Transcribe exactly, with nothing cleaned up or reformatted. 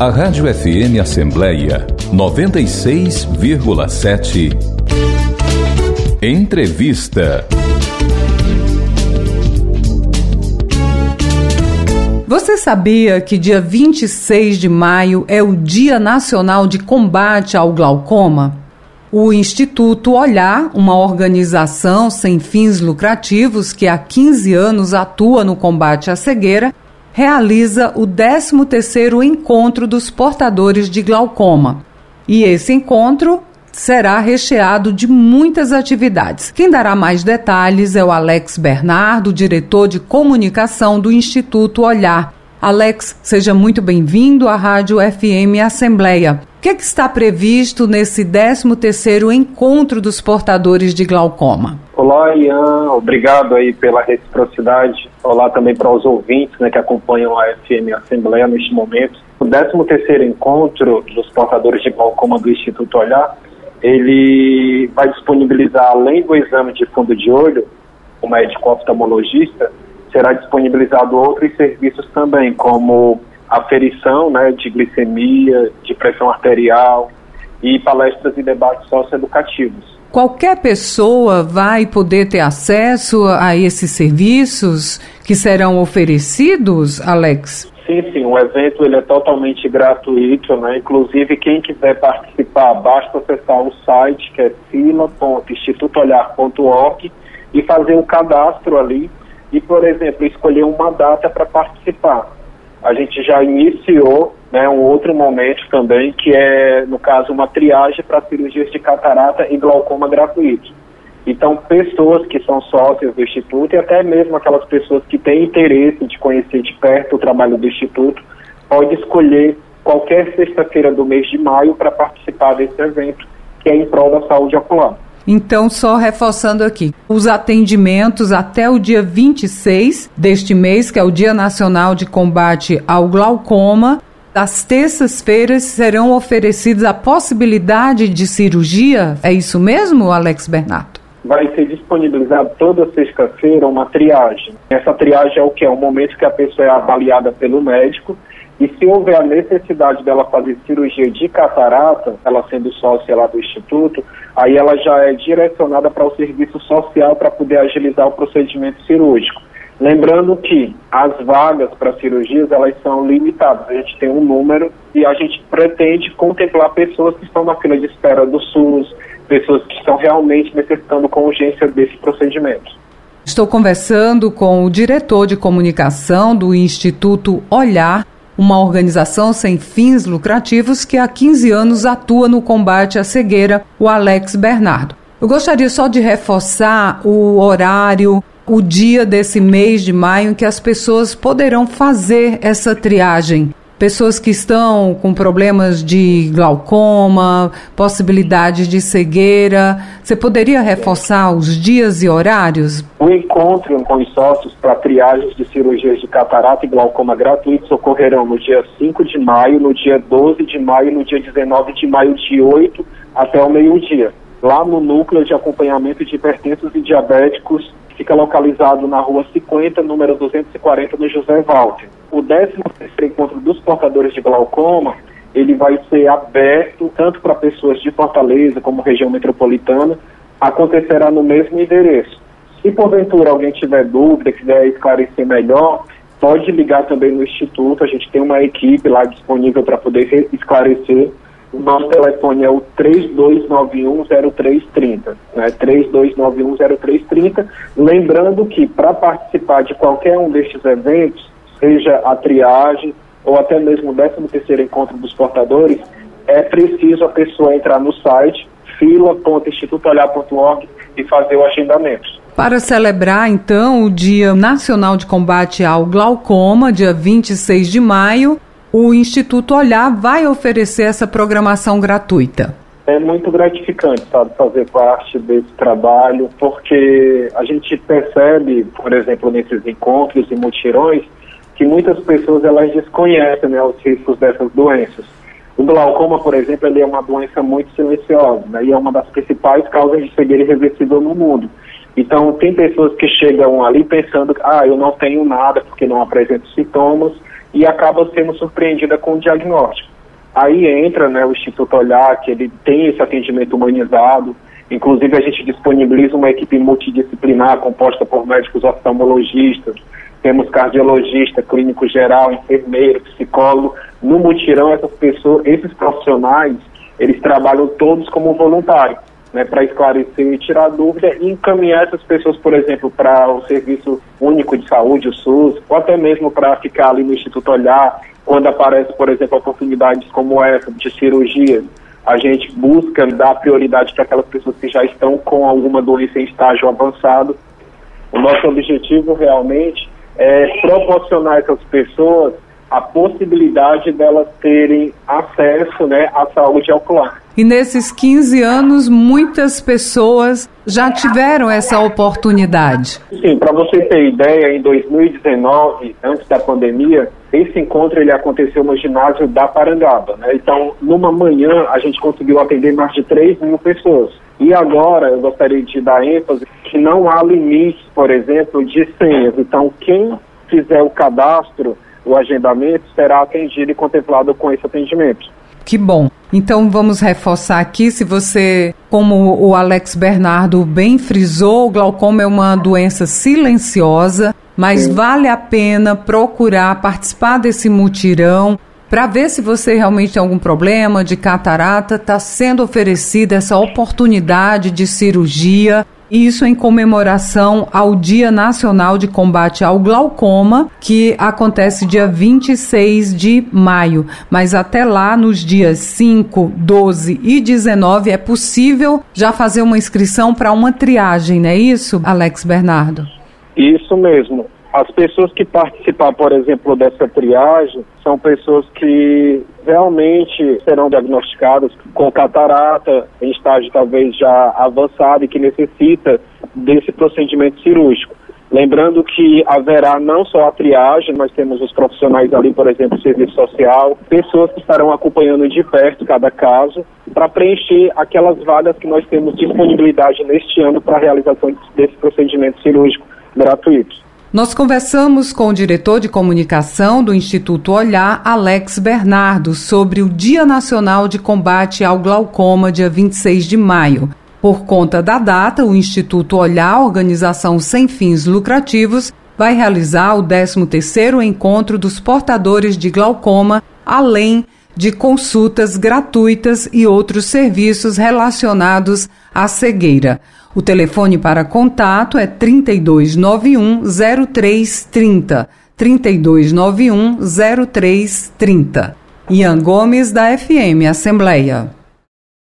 A Rádio F M Assembleia noventa e seis vírgula sete. Entrevista. Você sabia que dia vinte e seis de maio é o Dia Nacional de Combate ao Glaucoma? O Instituto Olhar, uma organização sem fins lucrativos que há quinze anos atua no combate à cegueira, realiza o décimo terceiro Encontro dos Portadores de Glaucoma. E esse encontro será recheado de muitas atividades. Quem dará mais detalhes é o Alex Bernardo, diretor de comunicação do Instituto Olhar. Alex, seja muito bem-vindo à Rádio F M Assembleia. O que, é que está previsto nesse décimo terceiro Encontro dos Portadores de Glaucoma? Olá, Ian. Obrigado aí pela reciprocidade. Olá também para os ouvintes, né, que acompanham a F M Assembleia neste momento. O décimo terceiro Encontro dos Portadores de Glaucoma do Instituto Olhar, ele vai disponibilizar, além do exame de fundo de olho, o médico oftalmologista, será disponibilizado outros serviços também, como aferição, né, de glicemia, de pressão arterial e palestras e debates socioeducativos. Qualquer pessoa vai poder ter acesso a esses serviços que serão oferecidos, Alex? Sim, sim, o evento ele é totalmente gratuito, né? Inclusive quem quiser participar, basta acessar o site que é fila ponto instituto olhar ponto org e fazer o cadastro ali e, por exemplo, escolher uma data para participar. A gente já iniciou, né, um outro momento também, que é, no caso, uma triagem para cirurgias de catarata e glaucoma gratuito. Então, pessoas que são sócios do Instituto e até mesmo aquelas pessoas que têm interesse de conhecer de perto o trabalho do Instituto, pode escolher qualquer sexta-feira do mês de maio para participar desse evento, que é em prol da saúde ocular. Então, só reforçando aqui, os atendimentos até o dia vinte e seis deste mês, que é o Dia Nacional de Combate ao Glaucoma, às terças-feiras serão oferecidas a possibilidade de cirurgia. É isso mesmo, Alex Bernardo? Vai ser disponibilizado toda sexta-feira uma triagem. Essa triagem é o que? É o momento que a pessoa é avaliada pelo médico e se houver a necessidade dela fazer cirurgia de catarata, ela sendo sócia lá do Instituto, aí ela já é direcionada para o serviço social para poder agilizar o procedimento cirúrgico. Lembrando que as vagas para cirurgias, elas são limitadas. A gente tem um número e a gente pretende contemplar pessoas que estão na fila de espera do SUS, pessoas que estão realmente necessitando com urgência desse procedimento. Estou conversando com o diretor de comunicação do Instituto Olhar, uma organização sem fins lucrativos que há quinze anos atua no combate à cegueira, o Alex Bernardo. Eu gostaria só de reforçar o horário, o dia desse mês de maio em que as pessoas poderão fazer essa triagem. Pessoas que estão com problemas de glaucoma, possibilidades de cegueira. Você poderia reforçar os dias e horários? O encontro com os sócios para triagens de cirurgias de catarata e glaucoma gratuitos ocorrerão no dia cinco de maio, no dia doze de maio e no dia dezenove de maio, de oito até o meio-dia. Lá no Núcleo de Acompanhamento de Hipertensos e Diabéticos, que fica localizado na Rua cinquenta, número duzentos e quarenta, no José Walter. O décimo terceiro Encontro dos Portadores de Glaucoma, ele vai ser aberto tanto para pessoas de Fortaleza como região metropolitana, acontecerá no mesmo endereço. Se porventura alguém tiver dúvida, quiser esclarecer melhor, pode ligar também no Instituto, a gente tem uma equipe lá disponível para poder esclarecer. O nosso telefone é o três dois nove um zero três três zero, né? três dois nove um zero três três zero. Lembrando que para participar de qualquer um destes eventos, seja a triagem ou até mesmo o décimo terceiro Encontro dos Portadores, é preciso a pessoa entrar no site fila ponto instituto olhar ponto org e fazer o agendamento. Para celebrar, então, o Dia Nacional de Combate ao Glaucoma, dia vinte e seis de maio, o Instituto Olhar vai oferecer essa programação gratuita. É muito gratificante, sabe, fazer parte desse trabalho, porque a gente percebe, por exemplo, nesses encontros e mutirões, que muitas pessoas elas desconhecem, né, os riscos dessas doenças. O glaucoma, por exemplo, ele é uma doença muito silenciosa, né, e é uma das principais causas de cegueira irreversível no mundo. Então, tem pessoas que chegam ali pensando, ah, eu não tenho nada porque não apresento sintomas, e acaba sendo surpreendida com o diagnóstico. Aí entra, né, o Instituto Olhar, que ele tem esse atendimento humanizado. Inclusive, a gente disponibiliza uma equipe multidisciplinar composta por médicos oftalmologistas, temos cardiologista, clínico geral, enfermeiro, psicólogo. No mutirão, essas pessoas, esses profissionais, eles trabalham todos como voluntários, né, para esclarecer e tirar dúvida e encaminhar essas pessoas, por exemplo, para o Serviço Único de Saúde, o SUS, ou até mesmo para ficar ali no Instituto Olhar, quando aparece, por exemplo, oportunidades como essa de cirurgia. A gente busca dar prioridade para aquelas pessoas que já estão com alguma doença em estágio avançado. O nosso objetivo realmente é proporcionar a essas pessoas a possibilidade delas terem acesso, né, à saúde ocular. E nesses quinze anos, muitas pessoas já tiveram essa oportunidade. Sim, para você ter ideia, em dois mil e dezenove, antes da pandemia, esse encontro ele aconteceu no ginásio da Parangaba, né? Então, numa manhã, a gente conseguiu atender mais de três mil pessoas. E agora, eu gostaria de dar ênfase que não há limite, por exemplo, de senhas. Então, quem fizer o cadastro, o agendamento, será atendido e contemplado com esse atendimento. Que bom. Então vamos reforçar aqui, se você, como o Alex Bernardo bem frisou, o glaucoma é uma doença silenciosa, mas Sim. vale a pena procurar participar desse mutirão para ver se você realmente tem algum problema de catarata. Está sendo oferecida essa oportunidade de cirurgia. Isso em comemoração ao Dia Nacional de Combate ao Glaucoma, que acontece dia vinte e seis de maio. Mas até lá, nos dias cinco, doze e dezenove, é possível já fazer uma inscrição para uma triagem, não é isso, Alex Bernardo? Isso mesmo. As pessoas que participar, por exemplo, dessa triagem, são pessoas que realmente serão diagnosticadas com catarata, em estágio talvez já avançado e que necessita desse procedimento cirúrgico. Lembrando que haverá não só a triagem, nós temos os profissionais ali, por exemplo, serviço social, pessoas que estarão acompanhando de perto cada caso, para preencher aquelas vagas que nós temos disponibilidade neste ano para a realização desse procedimento cirúrgico gratuito. Nós conversamos com o diretor de comunicação do Instituto Olhar, Alex Bernardo, sobre o Dia Nacional de Combate ao Glaucoma, dia vinte e seis de maio. Por conta da data, o Instituto Olhar, organização sem fins lucrativos, vai realizar o décimo terceiro encontro dos portadores de glaucoma, além de consultas gratuitas e outros serviços relacionados à cegueira. O telefone para contato é trinta e dois nove um, zero três trinta, trinta e dois nove um, zero três trinta. Ian Gomes, da F M Assembleia.